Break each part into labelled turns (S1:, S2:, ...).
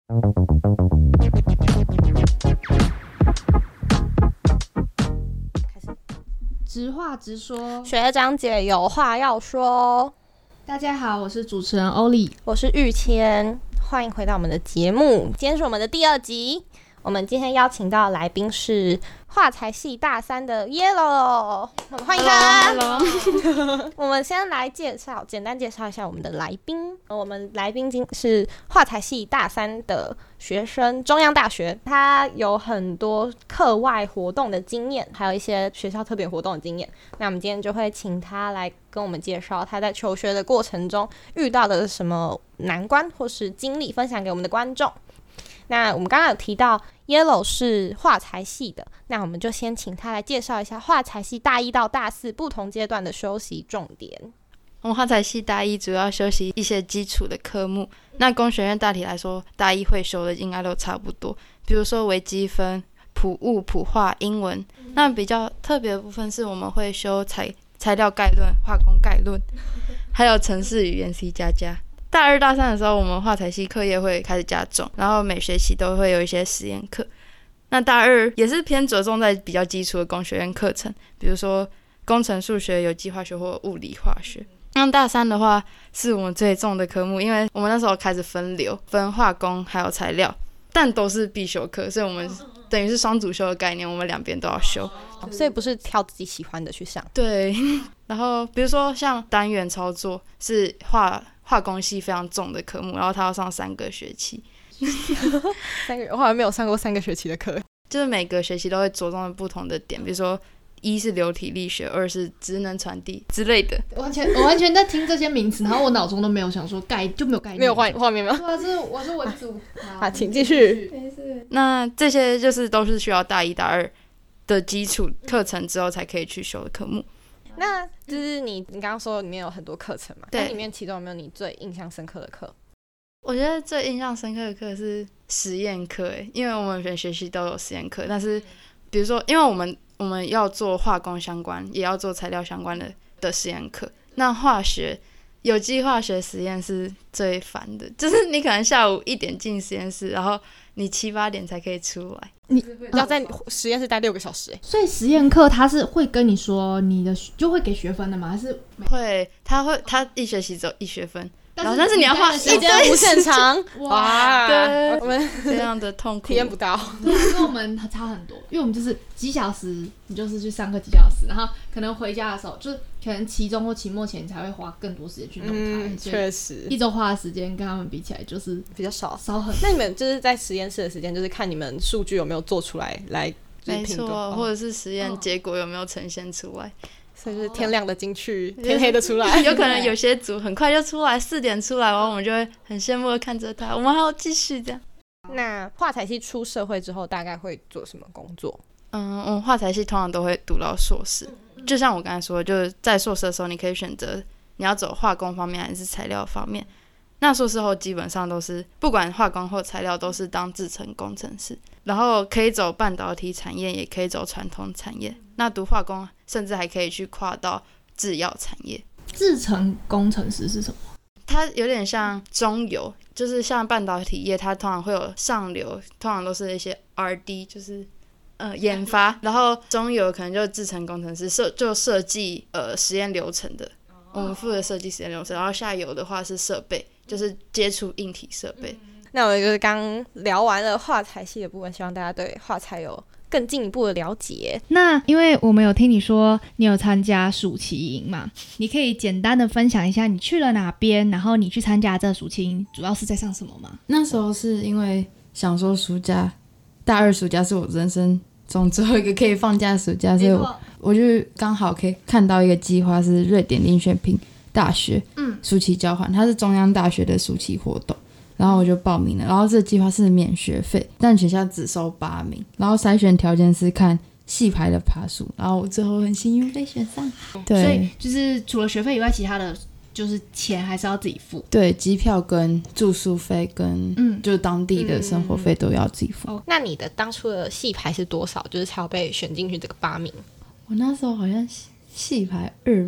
S1: 直话直说，
S2: 学长姐有话要说。
S1: 大家好，我是主持人欧丽，
S2: 我是玉谦，欢迎回到我们的节目。今天是我们的第2集，我们今天邀请到的来宾是画材系大3的 Yellow， 我们欢迎他。我们先来简单介绍一下我们的来宾。我们来宾是画材系大3的学生，中央大学，他有很多课外活动的经验，还有一些学校特别活动的经验。那我们今天就会请他来跟我们介绍他在求学的过程中遇到的什么难关或是经历，分享给我们的观众。那我们刚刚有提到 Yellow 是画材系的，那我们就先请他来介绍一下画材系大1到大4不同阶段的修习重点。
S3: 我们画材系大1主要修习一些基础的科目，那工学院大体来说大1会修的应该都差不多，比如说微积分、普物、普化、英文。那比较特别的部分是我们会修材料概论、化工概论，还有程式语言 C++。大2大3的时候，我们画材系课业会开始加重，然后每学期都会有一些实验课。那大2也是偏着重在比较基础的工学院课程，比如说工程数学、有机化学或物理化学。那大3的话是我们最重的科目，因为我们那时候开始分化工还有材料，但都是必修课，所以我们等于是双主修的概念，我们两边都要修，
S2: 所以不是挑自己喜欢的去上。
S3: 对，然后比如说像单元操作是化工系非常重的科目，然后他要上3个学期。
S2: 我好像没有上过3个学期的课，
S3: 就是每个学期都会着重在不同的点，比如说1是流体力学，2是职能传递之类的。
S1: 我完全在听这些名词，然后我脑中都没有想说就没有概念，
S2: 没有画面吗？
S1: 我是文组。
S2: 好，请继续。
S3: 那这些就是都是需要大1大2的基础课程之后才可以去修的科目。
S2: 那就是你刚刚说里面有很多课程嘛？
S3: 对。
S2: 那里面其中有没有你最印象深刻的课？
S3: 我觉得最印象深刻的课是实验课，因为我们每学期都有实验课，但是比如说，因为我们要做化工相关，也要做材料相关的实验课。那有机化学实验是最烦的，就是你可能下午1点进实验室，然后你7、8点才可以出来，
S2: 你要在实验室待6个小时。
S1: 所以实验课他是会跟你说就会给学分的吗？还是
S3: 会？他1学期只有1学分。但是你要画
S2: 时间无限长，哇！
S3: 对，
S2: 我们
S3: 非常的痛苦，
S2: 体验不到。
S1: 跟我们差很多，因为我们就是几小时，你就是去上课几小时，然后可能回家的时候，就是可能期中或期末前你才会花更多时间去弄它。
S2: 确实，
S1: 一周花的时间跟他们比起来就是
S2: 比较少
S1: 很多。
S2: 那你们就是在实验室的时间，就是看你们数据有没有做出来，
S3: 没错，或者是实验结果有没有呈现出来。
S2: 所以就是天亮的进去，天黑的出来。
S3: 有可能有些组很快就出来，4点出来，然后我们就会很羡慕的看着他，我们还要继续这样。
S2: 那画材系出社会之后大概会做什么工作？
S3: 我们画材系通常都会读到硕士，就像我刚才说的，就是在硕士的时候你可以选择你要走化工方面还是材料方面。那硕士后基本上都是不管化工或材料都是当制程工程师，然后可以走半导体产业，也可以走传统产业。那读化工甚至还可以去跨到制药产业。
S1: 制程工程师是什么？
S3: 它有点像中游，就是像半导体业它通常会有上游，通常都是一些 R&D 就是研发，然后中游可能就是制程工程师就设计实验流程的，我们负责设计实验流程，然后下游的话是设备，就是接触硬体设备。
S2: 那我就是刚聊完了画材系的部分，希望大家对画材有更进一步的了解。
S1: 那因为我们有听你说你有参加暑期营嘛，你可以简单的分享一下你去了哪边，然后你去参加这暑期营主要是在上什么吗？
S3: 那时候是因为想说大2暑假是我人生中最后一个可以放假的暑假，所以我就刚好可以看到一个计划是瑞典林雪平大学暑期交换，它是中央大学的暑期活动，然后我就报名了，然后这个计划是免学费，但学校只收8名，然后筛选条件是看系排的爬数，然后我最后很幸运被选上。对，
S1: 所以就是除了学费以外，其他的就是钱还是要自己付。
S3: 对，机票跟住宿费跟就是当地的生活费都要自己付。
S2: 那你的当初的系排是多少？就是才有被选进去这个8名？
S3: 我那时候好像系排2吧。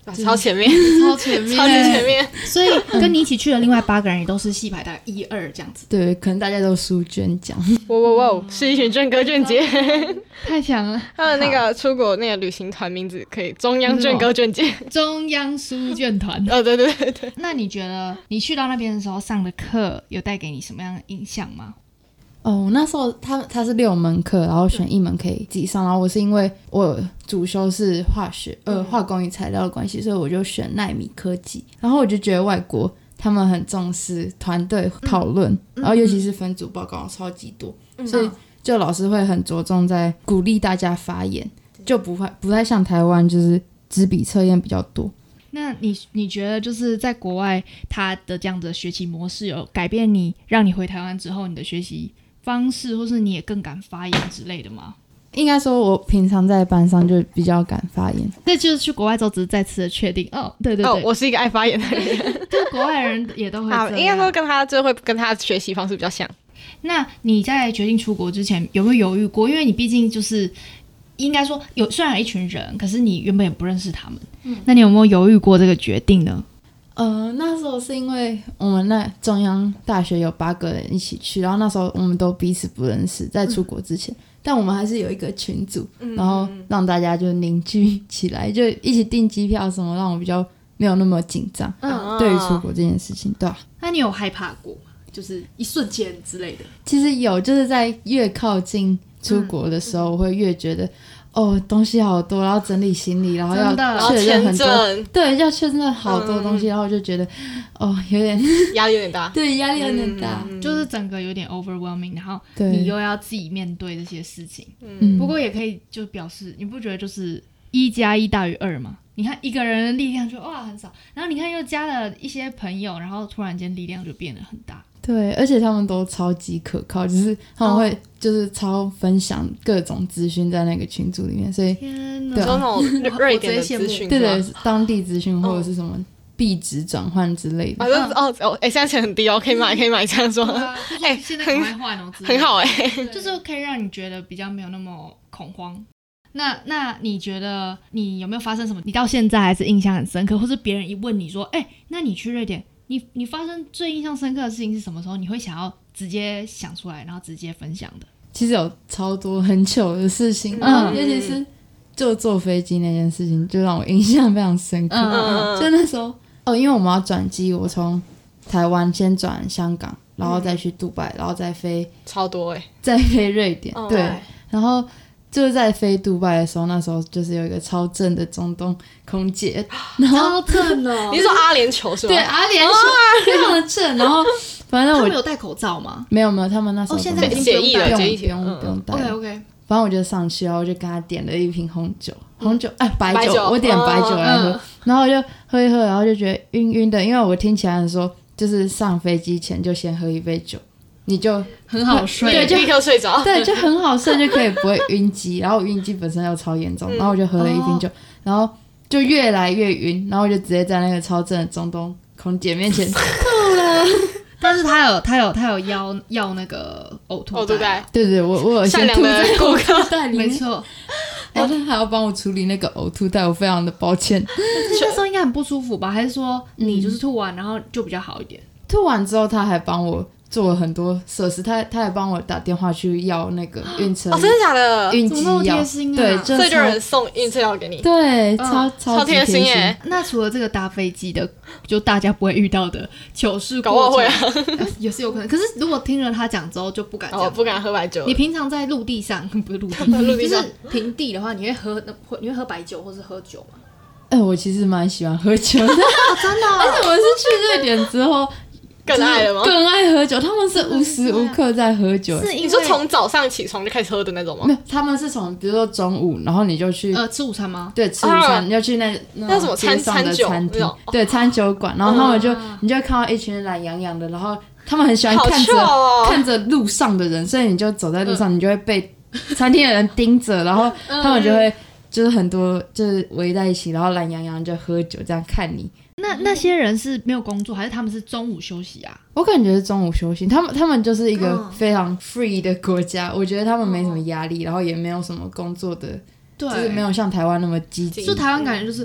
S2: 超前面，
S1: 超前面，
S2: 超级前面。
S1: 所以跟你一起去的另外8个人也都是系排大概1、2这样子。
S3: 对，可能大家都书卷奖。
S2: 哇，是一群卷哥卷姐，
S1: 太强了。
S2: 他的那个出国那个旅行团名字可以中央卷哥卷姐，
S1: 中央书卷团。
S2: 对。
S1: 那你觉得你去到那边的时候上的课有带给你什么样的影响吗？
S3: 那时候他是6门课，然后选1门可以自己上，然后我是因为我主修是化工与材料的关系，所以我就选奈米科技。然后我就觉得外国他们很重视团队讨论，然后尤其是分组报告超级多，所以就老师会很着重在鼓励大家发言，就不太像台湾就是纸笔测验比较多。
S1: 那你觉得就是在国外他的这样的学习模式有改变你，让你回台湾之后你的学习方式，或是你也更敢发言之类的吗？
S3: 应该说我平常在班上就比较敢发言，
S1: 这就是去国外之后只是再次的确定对，
S2: 我是一个爱发言的人，
S1: 就国外人也都会这样。
S2: 应该说会跟他学习方式比较像。
S1: 那你在决定出国之前有没有犹豫过？因为你毕竟就是应该说虽然有一群人，可是你原本也不认识他们，那你有没有犹豫过这个决定呢？
S3: 那时候是因为我们那中央大学有8个人一起去，然后那时候我们都彼此不认识，在出国之前，但我们还是有一个群组，然后让大家就凝聚起来，就一起订机票什么，让我比较没有那么紧张，对于出国这件事情，对啊。
S1: 那你有害怕过吗？就是一瞬间之类的？
S3: 其实有，就是在越靠近出国的时候，我会越觉得东西好多，然后整理行李，然后要确认很多，对，要确认好多东西，然后就觉得有点
S2: 压力有点大，
S3: 对，压力有点大，
S1: 就是整个有点 overwhelming， 然后你又要自己面对这些事情。不过也可以就表示，你不觉得就是1+1大于2吗？你看一个人的力量就很少，然后你看又加了一些朋友，然后突然间力量就变得很大。
S3: 对，而且他们都超级可靠，就是他们会就是超分享各种资讯在那个群组里面，所以
S1: 对
S2: 那种瑞典的资讯，
S3: 对，当地资讯或者是什么币值转换之类的。
S2: 现在钱很低可以买这样说，
S1: 现在赶快换
S2: 很好
S1: 就是可以让你觉得比较没有那么恐慌。那你觉得你有没有发生什么你到现在还是印象很深刻，或是别人一问你说那你去瑞典你发生最印象深刻的事情是什么时候，你会想要直接想出来然后直接分享的？
S3: 其实有超多很糗的事情，尤其是就坐飞机那件事情就让我印象非常深刻。就那时候因为我们要转机，我从台湾先转香港，然后再去杜拜，然后再飞
S2: 超多
S3: 再飞瑞典，对，然后就是在飞杜拜的时候，那时候就是有一个超正的中东空姐，
S1: 超正哦！
S2: 你是说阿联酋是吗？
S3: 对，阿联酋非常的正。然后反正
S1: 他们有戴口罩吗？
S3: 没有，他们那时候
S1: 现在已经
S2: 解疫了，
S3: 不用戴。
S1: OK。
S3: 反正我就上去，然后我就跟他点了一瓶白酒，我点白酒来喝，然后我就喝一喝，然后就觉得晕晕的，因为我听其他人说，就是上飞机前就先喝一杯酒。你就
S1: 很好睡，
S2: 对，就立刻睡着，
S3: 对，就很好睡，就可以不会晕机。然后我晕机本身又超严重，然后我就喝了一瓶酒，然后就越来越晕，然后我就直接在那个超正的中东空姐面前吐了。
S1: 但是他有要那个呕吐袋，
S3: 对，我有先吐在呕吐袋里面，
S1: 没错。
S3: 然后他还要帮我处理那个呕吐袋，我非常的抱歉。
S1: 那时候应该很不舒服吧？还是说你就是吐完然后就比较好一点？
S3: 吐完之后他还帮我做了很多设施，他还帮我打电话去要那个晕车
S2: 真的假的？
S3: 晕机药，对，
S2: 所以就有人送晕车药给你，
S3: 对，超
S2: 贴心耶。
S1: 那除了这个搭飞机的，就大家不会遇到的糗事过程，
S2: 搞不好会
S1: 也是有可能。可是如果听了他讲之后就不敢讲，
S2: 不敢喝白酒。
S1: 你平常在陆地上不是陆地就是平地的话，你会喝白酒或是喝酒吗？
S3: 我其实蛮喜欢喝酒的，
S1: 真的。
S3: 而且我是去瑞典之后。
S2: 更爱了吗？
S3: 更爱喝酒，他们是无时无刻在喝酒。
S1: 是
S2: 你说从早上起床就开始喝的那种吗？
S3: 没有，他们是从比如说中午，然后你就去
S1: 吃午餐吗？
S3: 对，吃午餐，你就去那
S2: 什么餐酒
S3: 餐厅，对，餐酒馆，然后他们你就看到一群人懒洋洋的，然后他们很喜欢看着路上的人，所以你就走在路上，你就会被餐厅的人盯着，然后他们就会就是很多就是围在一起，然后懒洋洋就喝酒这样看你。
S1: 那些人是没有工作，还是他们是中午休息啊？
S3: 我感觉是中午休息，他们就是一个非常 free 的国家，我觉得他们没什么压力，然后也没有什么工作的，就是没有像台湾那么积极。
S1: 就台湾感觉就是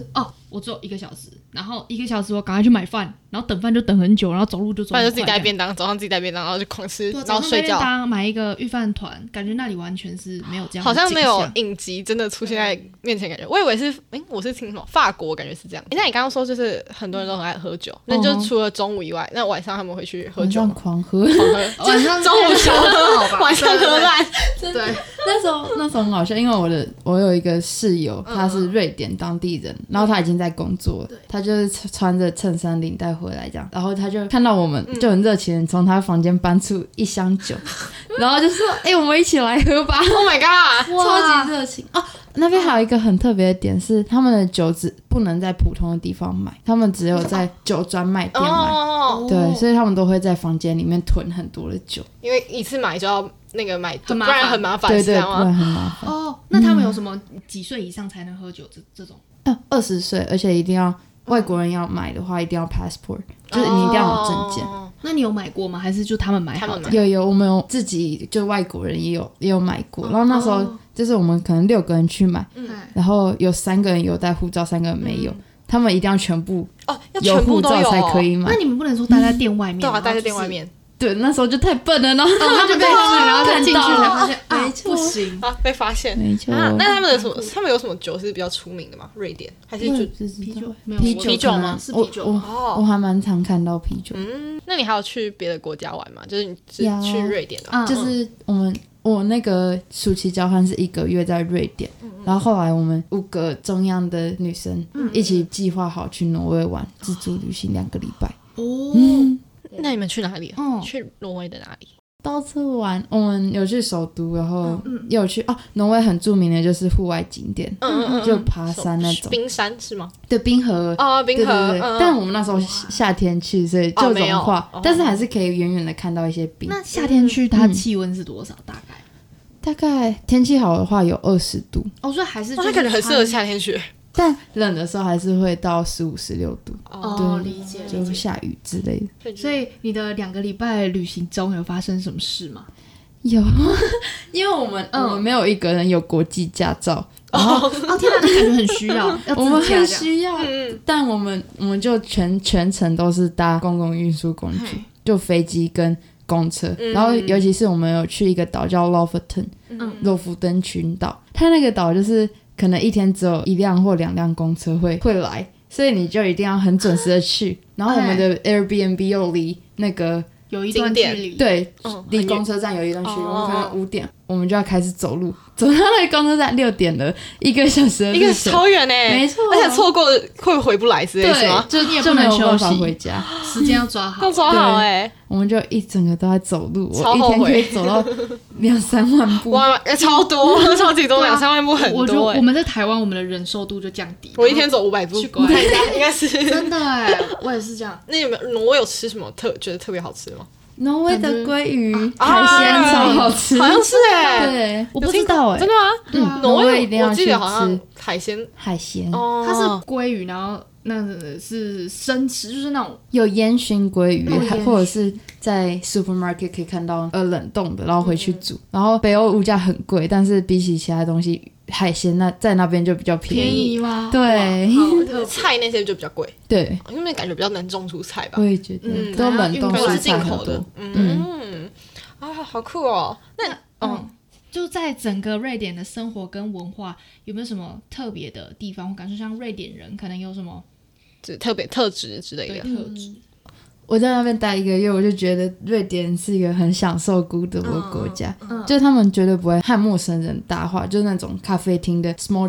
S1: 我只有1个小时，然后1个小时我赶快去买饭，然后等饭就等很久，然后走路就走很快，
S2: 不然就自己带便当，早上自己带便当，然后就狂吃，
S1: 对，
S2: 然后睡觉。
S1: 当买一个御饭团，感觉那里完全是没有这样的景象，
S2: 好像没有影集真的出现在面前，感觉我以为是，我是听什么法国，感觉是这样。那你刚刚说就是很多人都很爱喝酒，那就除了中午以外，那晚上他们会去喝酒吗？
S4: 狂喝，
S1: 晚上
S2: 中午休喝，晚上喝烂。
S1: 对，
S4: 那时候很好笑，因为我有一个室友，他是瑞典当地人，然后他已经在工作了，他就是穿着衬衫领带回来这样，然后他就看到我们就很热情，从他房间搬出1箱酒，然后就说：“我们一起来喝吧。”
S2: Oh my god，
S4: 超级热情哦！那边还有一个很特别的点是，他们的酒只不能在普通的地方买，他们只有在酒专卖店买。对，所以他们都会在房间里面囤很多的酒，
S2: 因为一次买就要那个买，不
S1: 很麻烦
S2: 然很麻烦，
S4: 对对，
S2: 是这样吗？
S4: 不然很麻烦。
S1: 哦，那他们有什么几岁以上才能喝酒这种
S4: 20岁，而且一定要外国人要买的话，一定要 passport，就是你一定要有证件。
S1: 那你有买过吗？还是就他们买好的？
S4: 有，我们有自己就外国人也有买过，然后那时候就是我们可能6个人去买，然后有3个人有带护照，3个人没有，他们一定要全部有护照才可以买。
S1: 那你们不能说待在店外面？
S2: 对啊，待在店外面。
S4: 对，那时候就太笨了，然后
S1: 他们被然后再进去才发现
S4: 没错，
S1: 不行
S2: 啊，被发现。
S4: 没错。
S2: 那他们有什么酒是比较出名的吗？瑞典还是就
S1: 啤酒？没有
S2: 啤酒吗？
S1: 是啤酒
S4: 我还蛮常看到啤酒。
S2: 那你还有去别的国家玩吗？就是你是去瑞典的？
S4: 就是我那个暑期交换是1个月在瑞典，然后后来我们5个中央的女生一起计划好去挪威玩，自助旅行2个礼拜。
S2: 那你们去哪里？去挪威的哪里？
S4: 到处玩，我们有去首都，然后也有去挪威很著名的就是户外景点，就爬山那种。
S2: 冰山是吗？
S4: 对，冰河
S2: 冰河。
S4: 对，但我们那时候夏天去，所以就融化，但是还是可以远远的看到一些冰。
S1: 那夏天去它气温是多少？
S4: 大概天气好的话有20度。
S1: 所以还是
S2: 那感觉很适合夏天去。
S4: 但冷的时候还是会到15、16度。
S1: 理解，
S4: 就下雨之类的。
S1: 所以你的2个礼拜旅行中有发生什么事吗？
S4: 有，因为我们没有1个人有国际驾照。
S1: 天哪，那感觉很需要，
S4: 我们很需要。但我们就全程都是搭公共运输工具，就飞机跟公车。然后尤其是我们有去一个岛叫 Lofoten， 洛夫登群岛，它那个岛就是可能一天只有1辆或2辆公车会来，所以你就一定要很准时的去。然后我们的 Airbnb 又离那个
S1: 有一段距离，
S4: 对，离公车站有一段距离，我们可能5点，我们就要开始走路，走到那个公车站6点了，1个小时的路程，
S2: 超远欸，
S4: 没错，
S2: 而且错过会回不来之类是吗？
S1: 就你也不能休息，
S4: 回家，
S1: 时间要抓好，
S2: 要抓好
S4: 我们就一整个都在走路，我一天可以走到2-3万步，
S2: 哇，超多，超级多，2-3万步很多。
S1: 我们在台湾，我们的忍受度就降低，
S2: 我一天走500步，应该是
S1: 真的我也是这样。
S2: 那你们挪威有吃什么觉得特别好吃的吗？
S4: 挪威的鲑鱼海鲜超好吃，
S2: 好像是
S4: 对，
S1: 我不知道
S2: 真的吗？
S4: 挪威一定要去吃
S2: 海鲜，
S1: 它是鲑鱼，然后那是生吃，就是那种
S4: 有烟熏鲑鱼，或者是在 supermarket 可以看到冷冻的，然后回去煮。然后北欧物价很贵，但是比起其他东西，海鲜在那边就比较便宜
S1: 吗？
S4: 对，
S2: 菜那些就比较贵，
S4: 对，
S2: 因为感觉比较难种出菜吧。
S4: 我也觉得，都冷冻蔬菜
S2: 进口的，好酷哦。那
S1: 就在整个瑞典的生活跟文化，有没有什么特别的地方？我感觉像瑞典人可能有什么
S2: 特别特质之类的
S1: 特质。
S4: 我在那边待1个月，我就觉得瑞典是一个很享受孤独的国家，就他们绝对不会和陌生人搭话，就是那种咖啡厅的 small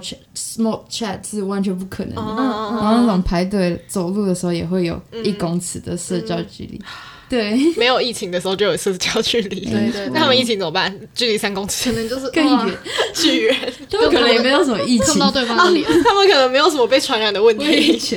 S4: chat 是完全不可能的。然后那种排队走路的时候也会有1公尺的社交距离。对，
S2: 没有疫情的时候就有社交距离。对，那他们疫情怎么办？距离3公尺，
S1: 可能就是
S4: 更远，
S2: 巨远。
S4: 他们可能也没有什么疫情，
S1: 看不到对方的脸，
S2: 他们可能没有什么被传染的问题。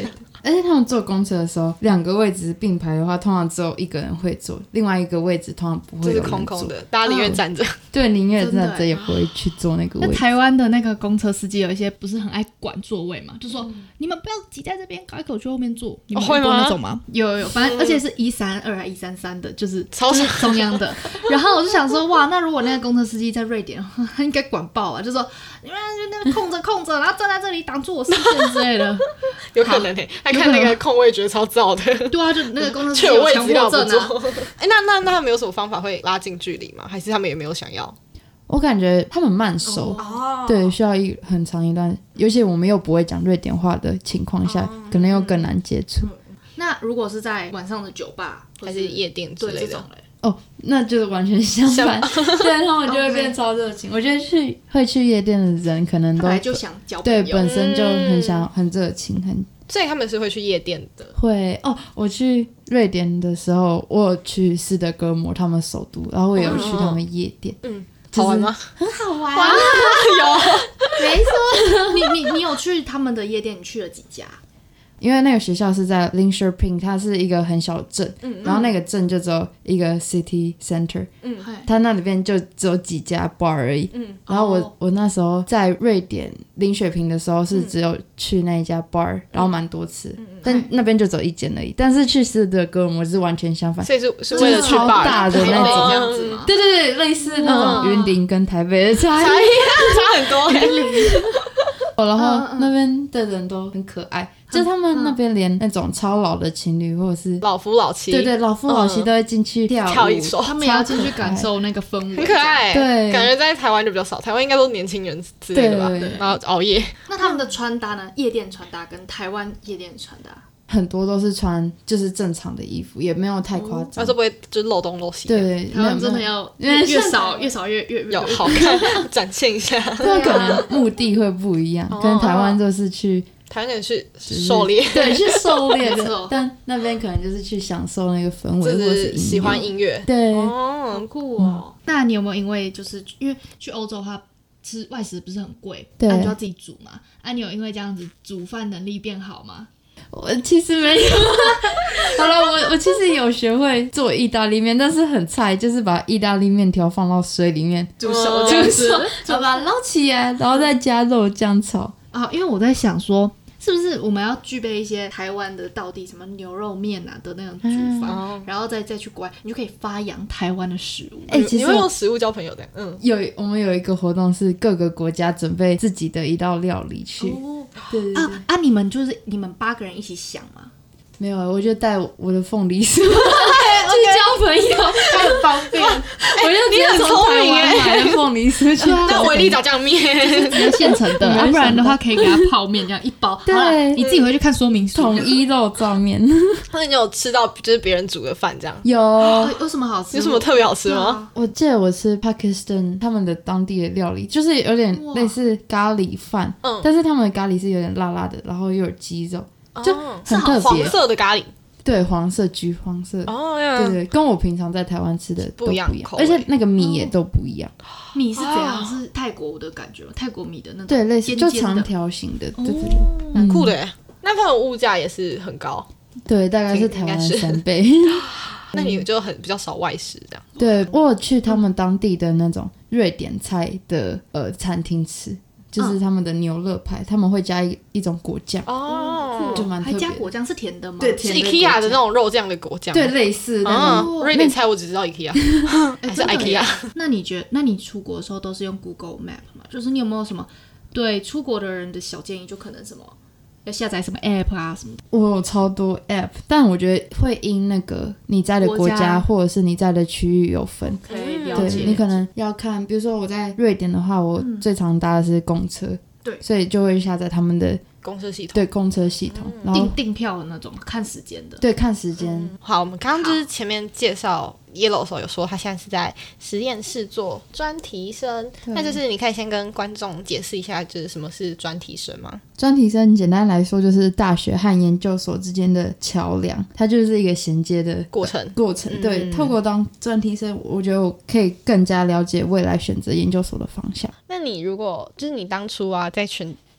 S4: 而且他们坐公车的时候，2个位置并排的话，通常只有1个人会坐，另外一个位置通常不会有人坐，
S2: 就是空空的，大家宁愿站着。
S4: 对，宁愿
S1: 真的
S4: 站着也不会去坐那个位置。
S1: 那台湾的那个公车司机有一些不是很爱管座位嘛，就说你们不要挤在这边，赶快去后面坐。你们
S2: 会吗？
S1: 那种吗？有，反正而且是132还133的，就是
S2: 超
S1: 就是中央的。然后我就想说，哇，那如果那个公车司机在瑞典，他应该管爆啊，就说你们就那边空着，然后站在这里挡住我视线之类的。
S2: 有可能他看那个空位觉得超燥的。
S1: 对啊，就那个公车司机
S2: 却有位
S1: 有强
S2: 置要不
S1: 迫症啊。
S2: 坐。那他们有什么方法会拉近距离吗？还是他们也没有想要？
S4: 我感觉他们慢熟，对，需要很长一段，尤其我们又不会讲瑞典话的情况下，可能又更难接触。
S1: 那如果是在晚上的酒吧
S2: 还是夜店之类的？
S4: 哦，那就是完全相反，对，他们就会变超热情。我觉得会去夜店的人，可能都
S1: 本来就想交朋
S4: 对
S1: 友，
S4: 本身就很热情，
S2: 所以他们是会去夜店的。
S4: 会哦。我去瑞典的时候，我有去斯德哥尔摩他们首都，然后我也有去他们夜店，
S2: 好玩吗？
S1: 很好玩。
S2: 有，
S1: 没错。你有去他们的夜店？你去了几家？
S4: 因为那个学校是在 Linköping， 它是一个很小的镇，然后那个镇就只有一个 city center，它那里边就只有几家 bar 而已。然后我那时候在瑞典Linköping的时候是只有去那一家 bar，然后蛮多次，但那边就只有一间而已。但是去斯德哥尔摩是完全相反，
S2: 所以是为了去
S4: 超
S2: bar
S4: 大的那
S1: 这样
S4: 种，
S1: 子吗？
S4: 对对对，类似那种云林跟台北的差异。
S2: 差很多。
S4: 然后那边的人都很可爱，就他们那边连那种超老的情侣或者是
S2: 老夫老妻，
S4: 对对老夫老妻都会进去
S2: 跳一首，
S1: 他们也要进去感受那个氛围，
S2: 很可爱。
S4: 对，
S2: 感觉在台湾就比较少，台湾应该都是年轻人之类的吧，然后熬夜。
S1: 那他们的穿搭呢？夜店穿搭跟台湾夜店穿搭，
S4: 很多都是穿就是正常的衣服，也没有太夸张。
S2: 那会不会就是漏东漏西？
S4: 对，
S1: 台湾真的要越少越
S2: 有好看，展现一下。
S4: 那可能目的会不一样，跟台湾就是去
S2: 台湾人是狩猎，
S4: 对，去狩猎
S1: 没错
S4: 的，但那边可能就是去享受那个氛围，
S2: 就
S4: 或者是
S2: 喜欢音乐。
S4: 对，
S1: 很酷哦。那你有没有因为就是因为去欧洲的话，吃外食不是很贵，
S4: 对
S1: 那你就要自己煮嘛？你有因为这样子煮饭能力变好吗？
S4: 我其实没有。好了，我其实有学会做意大利面，但是很菜，就是把意大利面条放到水里面
S1: 煮熟这样子，
S4: 把它捞起来，然后再加肉酱炒。
S1: 啊，因为我在想说，是不是我们要具备一些台湾的道地什么牛肉面啊的那种煮法，然后再去国外，你就可以发扬台湾的食物。
S4: 其实
S2: 你会用食物交朋友的。
S4: 我们有一个活动是各个国家准备自己的一道料理去。对对对
S1: 你们就是你们8个人一起想吗？
S4: 没有，我就带我的凤梨酥去交朋友，
S1: 很方便。
S4: 我就直接从台湾买的凤梨酥去。
S2: 那维力炸酱面
S1: 直接现成的，不然的话可以给他泡面这样一包。
S4: 对，
S1: 你自己回去看说明书。
S4: 统一肉燥面。
S2: 那你有吃到就是别人煮的饭这样？
S1: 有什么好吃？
S2: 有什么特别好吃吗？
S4: 我记得我吃 Pakistan 他们的当地的料理，就是有点类似咖喱饭，但是他们的咖喱是有点辣辣的，然后又有鸡肉，就很特别。
S2: 黄色的咖喱，
S4: 对，黄色、橘黄色，对对，跟我平常在台湾吃的都不一样，而且那个米也都不一样。
S1: 米是怎样？是泰国的感觉吗？泰国米的那种，
S4: 对，类似就长条形的，对对对，
S2: 蛮酷的耶。那他们物价也是很高，
S4: 对，大概是台湾3倍。
S2: 那你就比较少外食这样。
S4: 对，我有去他们当地的那种瑞典菜的餐厅吃。就是他们的牛肋排，他们会加一种果酱就蛮特别的。
S1: 还加果酱是甜的吗？
S4: 对，
S2: 是 IKEA 的那种肉酱的果酱。
S4: 对，类似那种。
S2: 瑞典菜我只知道 IKEA，还是 IKEA。
S1: 那你出国的时候都是用 Google Map 吗？就是你有没有什么对出国的人的小建议？就可能什么要下载什么 App 啊什么的。
S4: 我有超多 App， 但我觉得会因那个你在的国家或者是你在的区域有分。
S1: 可以了解。
S4: 对，你可能要看，比如说我在瑞典的话，我最常搭的是公车，
S1: 对，
S4: 所以就会下载他们的
S2: 公车系统，
S4: 对，公车系统，然后
S1: 订票的那种，看时间的，
S4: 对，看时间。
S2: 好，我们刚刚就是前面介绍 Yellow 的时候有说他现在是在实验室做专题生，那就是你可以先跟观众解释一下，就是什么是专题生吗？
S4: 专题生简单来说就是大学和研究所之间的桥梁，它就是一个衔接的
S2: 过程。
S4: 对，透过当专题生，我觉得我可以更加了解未来选择研究所的方向。
S2: 那你如果就是你当初啊在选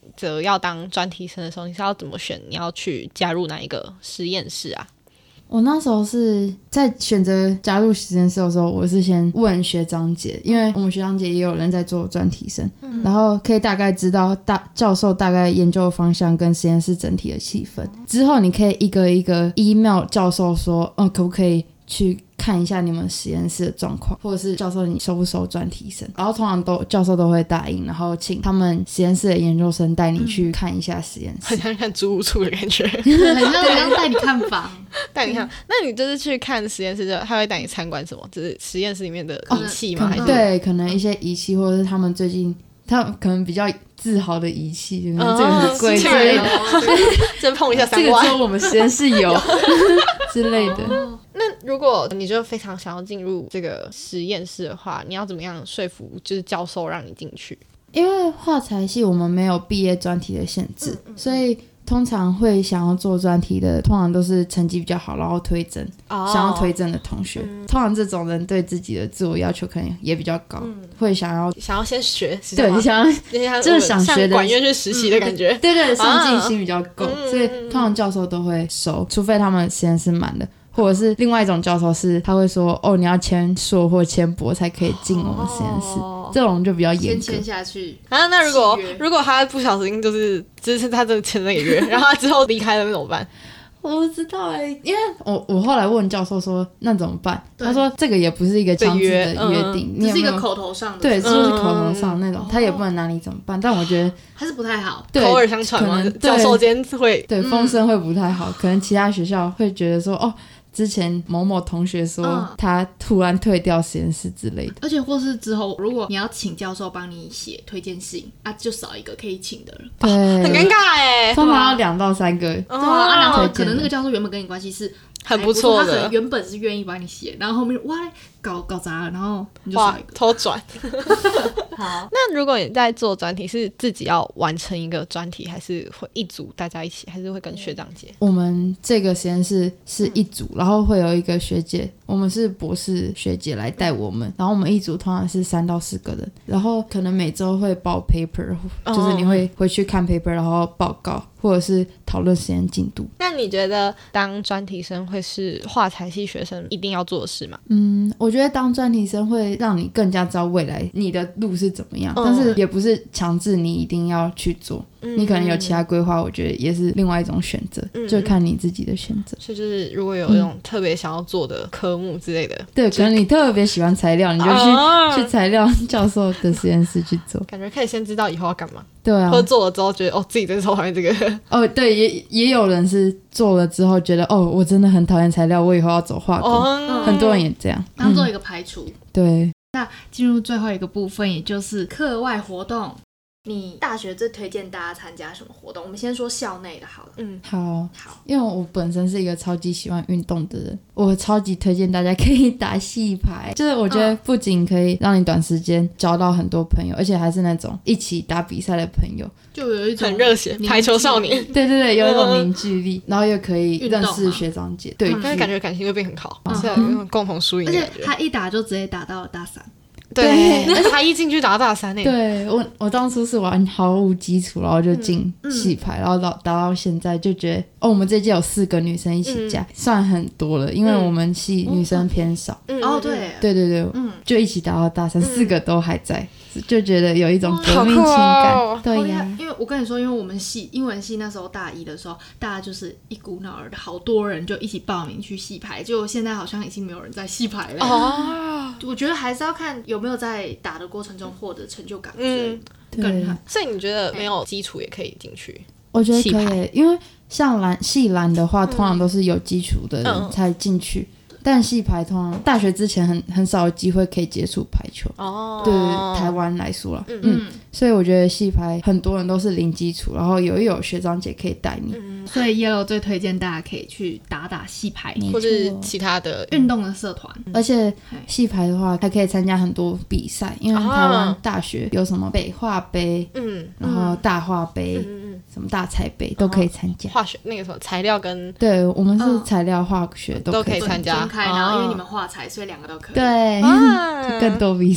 S2: 择要当专题生的时候，你是要怎么选？你要去加入哪一个实验室啊？
S4: 我那时候是在选择加入实验室的时候，我是先问学长姐，因为我们学长姐也有人在做专题生，然后可以大概知道教授大概研究的方向跟实验室整体的气氛。之后你可以一个一个 email 教授说，可不可以去看一下你们实验室的状况，或者是教授你收不收专题生，然后通常教授都会答应，然后请他们实验室的研究生带你去看一下实验室，
S2: 很像看租屋处的感觉，
S1: 很像带你看房，
S2: 带你看。那你就是去看实验室，他会带你参观什么？就是实验室里面的仪器吗？还是
S4: 对，可能一些仪器，或者是他们最近他们可能比较自豪的仪器，这个很贵之类的，
S2: 真碰一下3万，
S4: 这个只有我们实验室有之类的。
S2: 那如果你就非常想要进入这个实验室的话，你要怎么样说服就是教授让你进去？
S4: 因为化材系我们没有毕业专题的限制，所以通常会想要做专题的通常都是成绩比较好然后推甄，想要推甄的同学，通常这种人对自己的自我要求可能也比较高，会想要
S2: 先学，
S4: 对，想要就是想学的
S2: 管院去实习的感觉，
S4: 对，上进心比较够，所以通常教授都会收，除非他们实验室满了，或者是另外一种教授是他会说你要签硕或签博才可以进我们实验室，这种就比较严格，
S1: 先签下去
S2: 啊。那如果他不小心就是他真的签了一个月，然后他之后离开了，那怎么办？
S4: 我不知道因为我后来问教授说那怎么办，他说这个也不是一个强制的约定，
S1: 只是一个口头上的，
S4: 对，就是口头上那种，他也不能拿你怎么办，但我觉得
S1: 还是不太好，
S2: 口耳相传嘛，教授间会
S4: 对风声会不太好，可能其他学校会觉得说之前某某同学说他突然退掉实验室之类的，
S1: 而且或是之后如果你要请教授帮你写推荐信就少一个可以请的人，
S4: 对，
S2: 很尴尬
S4: 通常要2到3个，
S1: 对啊，然后可能那个教授原本跟你关系是
S2: 很不错的，
S1: 他可能原本是愿意帮你写，然后后面哇搞砸了，然后你就少一个
S2: 偷转。好，那如果你在做专题，是自己要完成一个专题，还是会一组大家一起，还是会跟学长姐？
S4: 我们这个实验室是一组，然后会有一个学姐，我们是博士学姐来带我们，然后我们一组通常是3到4个人，然后可能每周会报 paper， 就是你会回去看 paper， 然后报告或者是讨论实验进度。
S2: 那你觉得当专题生会是化材系学生一定要做的事吗？
S4: 我觉得当专题生会让你更加知道未来你的路是怎么样，但是也不是强制你一定要去做，你可能有其他规划，我觉得也是另外一种选择，就看你自己的选择。
S2: 所以就是如果有那种特别想要做的科目之类的，
S4: 对，可能你特别喜欢材料，你就去材料教授的实验室去做，
S2: 感觉可以先知道以后要干嘛。
S4: 对啊，
S2: 或者做了之后觉得自己真的超讨厌这个。
S4: 对，也有人是做了之后觉得我真的很讨厌材料，我以后要走化工，很多人也这样
S1: 当做一个排除。
S4: 对，
S1: 那进入最后一个部分，也就是课外活动。
S5: 你大学最推荐大家参加什么活动？我们先说校内的好了。
S4: 好，因为我本身是一个超级喜欢运动的人，我超级推荐大家可以打系排，就是我觉得不仅可以让你短时间交到很多朋友，而且还是那种一起打比赛的朋友，
S1: 就有一种
S2: 很热血，排球少年。
S4: 对，有一种凝聚力，然后又可以认识学长姐，对，
S2: 但是感觉感情会变很好，是有那种共同输赢的感觉。
S1: 而且他一打就直接打到了大3。
S2: 对，他一进去打大3
S4: 对，我当初是玩毫无基础，然后就进系排，然后打到现在就觉得我们这届有4个女生一起加，算很多了，因为我们系女生偏少。对，就一起打到大3，4个都还在，就觉得有一种革命情感。对呀，
S1: 因为我跟你说，因为我们系英文系那时候大1的时候，大家就是一股脑儿的好多人就一起报名去系排，就现在好像已经没有人在系排了。我觉得还是要看有没有在打的过程中获得成就感。
S4: 对，
S2: 所以你觉得没有基础也可以进去？
S4: 我觉得可以，因为像系篮的话，通常都是有基础的人才进去。但系排通常大学之前很少有机会可以接触排球，对台湾来说啦，所以我觉得系排很多人都是零基础，然后有学长姐可以带你，
S1: 所以 Yellow 最推荐大家可以去打系排，
S2: 或是其他的
S1: 运动的社团，
S4: 而且系排的话还可以参加很多比赛，因为台湾大学有什么北化杯，然后大化杯，什么大材杯都可以参加，
S2: 化学那个什么材料跟
S4: 对我们是材料化学都可以
S2: 参加。
S1: 然后因为你们化材，所以2个都可以。
S4: 对，更多比赛。
S1: 那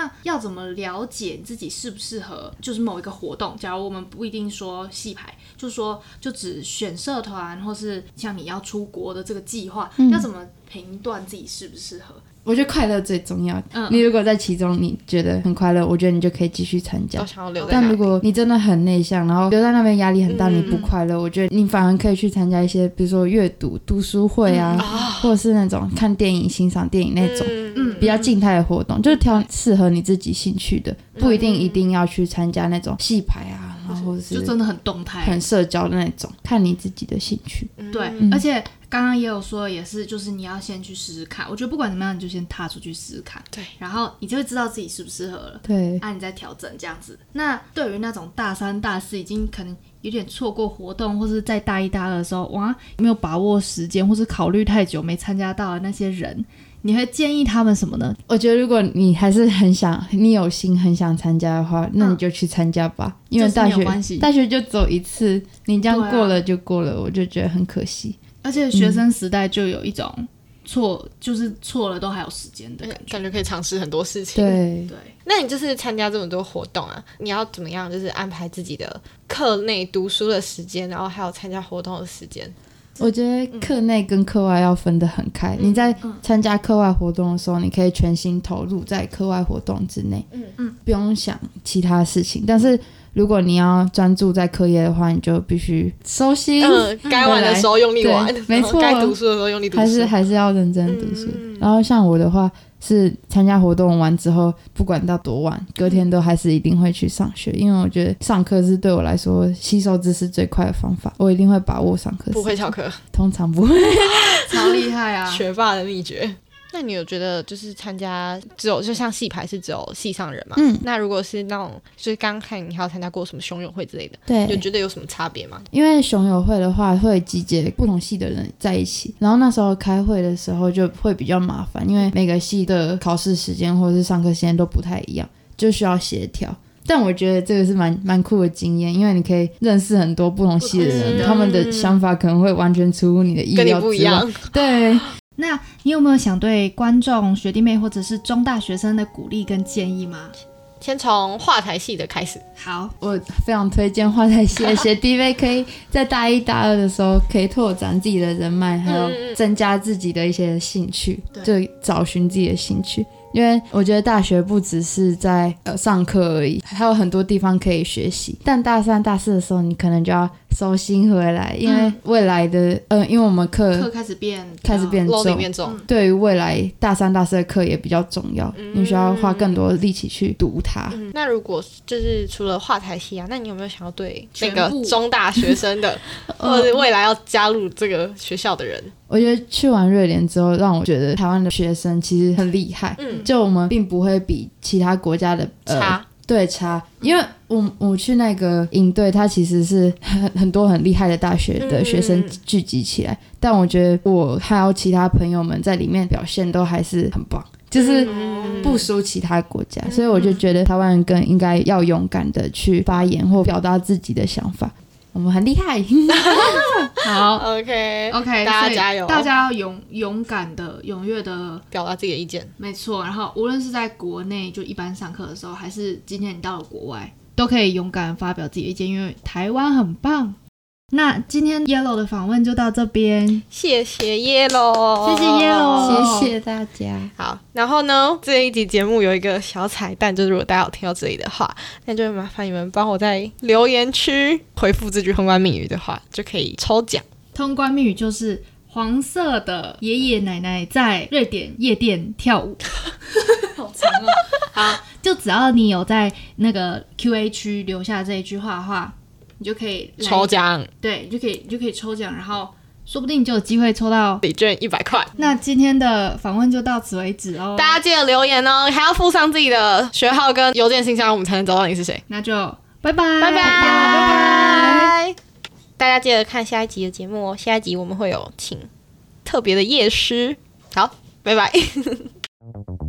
S1: 那要怎么了解自己适不适合就是某一个活动？假如我们不一定说系排，就只选社团，或是像你要出国的这个计划，要怎么评断自己适不适合？
S4: 我觉得快乐最重要。你如果在其中你觉得很快乐，我觉得你就可以继续参加。
S2: 都想要留在那里。
S4: 但如果你真的很内向，然后留在那边压力很大，你不快乐，我觉得你反而可以去参加一些，比如说阅读、读书会啊，或者是那种看电影、欣赏电影那种，比较静态的活动，就是挑适合你自己兴趣的，不一定要去参加那种系排啊，然后或者是
S1: 就真的很动态、
S4: 很社交的那种，看你自己的兴趣。
S1: 对，而且刚刚也有说，也是就是你要先去试试看。我觉得不管怎么样，你就先踏出去试试看，
S2: 对，
S1: 然后你就会知道自己适不适合了。
S4: 对，
S1: 你再调整这样子。那对于那种大3、大4已经可能有点错过活动，或是在大1、大2的时候，哇，没有把握时间，或是考虑太久没参加到的那些人，你会建议他们什么呢？
S4: 我觉得如果你还是很想，你有心很想参加的话，那你就去参加吧，因为大学就走一次，你这样过了就过了，我就觉得很可惜。
S1: 而且学生时代就有一种就是错了都还有时间的
S2: 感觉可以尝试很多事情。
S4: 对，
S2: 那你就是参加这么多活动啊，你要怎么样就是安排自己的课内读书的时间，然后还有参加活动的时间？
S4: 我觉得课内跟课外要分得很开。你在参加课外活动的时候，你可以全心投入在课外活动之内，不用想其他事情。但是如果你要专注在课业的话，你就必须收心，
S2: 该玩的时候用力玩，
S4: 没错，
S2: 该读书的时候用力读书，
S4: 还是要认真读书。然后像我的话，是参加活动完之后，不管到多晚，隔天都还是一定会去上学，因为我觉得上课是对我来说吸收知识最快的方法，我一定会把握上课时间。
S2: 不会翘课？
S4: 通常不会。
S1: 超厉害啊，
S2: 学霸的秘诀。那你有觉得就是参加就像系排是只有系上人嘛？那如果是那种就是刚看你还有参加过什么熊友会之类的，
S4: 对，
S2: 有觉得有什么差别吗？
S4: 因为熊友会的话会集结不同系的人在一起，然后那时候开会的时候就会比较麻烦，因为每个系的考试时间或者是上课时间都不太一样，就需要协调。但我觉得这个是蛮酷的经验，因为你可以认识很多不同系的人，他们的想法可能会完全出乎你的意料之外，跟你不一样。对。
S1: 那你有没有想对观众、学弟妹或者是中大学生的鼓励跟建议吗？
S2: 先从画台系的开始。
S1: 好，
S4: 我非常推荐画台系的学弟妹可以在大1、大2的时候可以拓展自己的人脉，还有增加自己的一些兴趣，就找寻自己的兴趣。因为我觉得大学不只是在上课而已，还有很多地方可以学习。但大3、大4的时候，你可能就要收心回来，因为未来的因为我们课
S1: 开始变
S2: 重，
S4: 对于未来大3、大4的课也比较重要，你需要花更多的力气去读它。
S2: 那如果就是除了画台系啊，那你有没有想要对那个中大学生的，或者未来要加入这个学校的人？
S4: 我觉得去完瑞典之后，让我觉得台湾的学生其实很厉害，就我们并不会比其他国家的差，因为我去那个营队，它其实是很多很厉害的大学的学生聚集起来，但我觉得我还有其他朋友们在里面表现都还是很棒，就是不输其他国家，所以我就觉得台湾人更应该要勇敢的去发言或表达自己的想法。我们很厉害。
S1: 好
S2: ，OK，
S1: 大
S2: 家加油！
S1: 大家要勇敢的、踊跃的
S2: 表达自己的意见，
S1: 没错。然后无论是在国内就一般上课的时候，还是今天你到了国外，都可以勇敢发表自己的意见，因为台湾很棒。那今天 Yellow 的访问就到这边，
S2: 谢谢 Yellow，
S1: 谢谢 Yellow，
S4: 谢谢大家。
S2: 好，然后呢，这一集节目有一个小彩蛋，就是如果大家有听到这里的话，那就麻烦你们帮我在留言区回复这句通关密语的话，就可以抽奖。
S1: 通关密语就是黄色的爷爷奶奶在瑞典夜店跳舞。好长哦。好，就只要你有在那个 Q&A 区留下这一句话的话，你就可以
S2: 抽奖。
S1: 对，你就可以抽奖，然后说不定你就有机会抽到
S2: 礼券100块。
S1: 那今天的访问就到此为止哦，
S2: 大家记得留言哦，还要附上自己的学号跟邮件信箱，我们才能找到你是谁。
S1: 那就拜拜，
S2: 拜拜。大家记得看下一集的节目哦，下一集我们会有请特别的夜师。好，拜拜。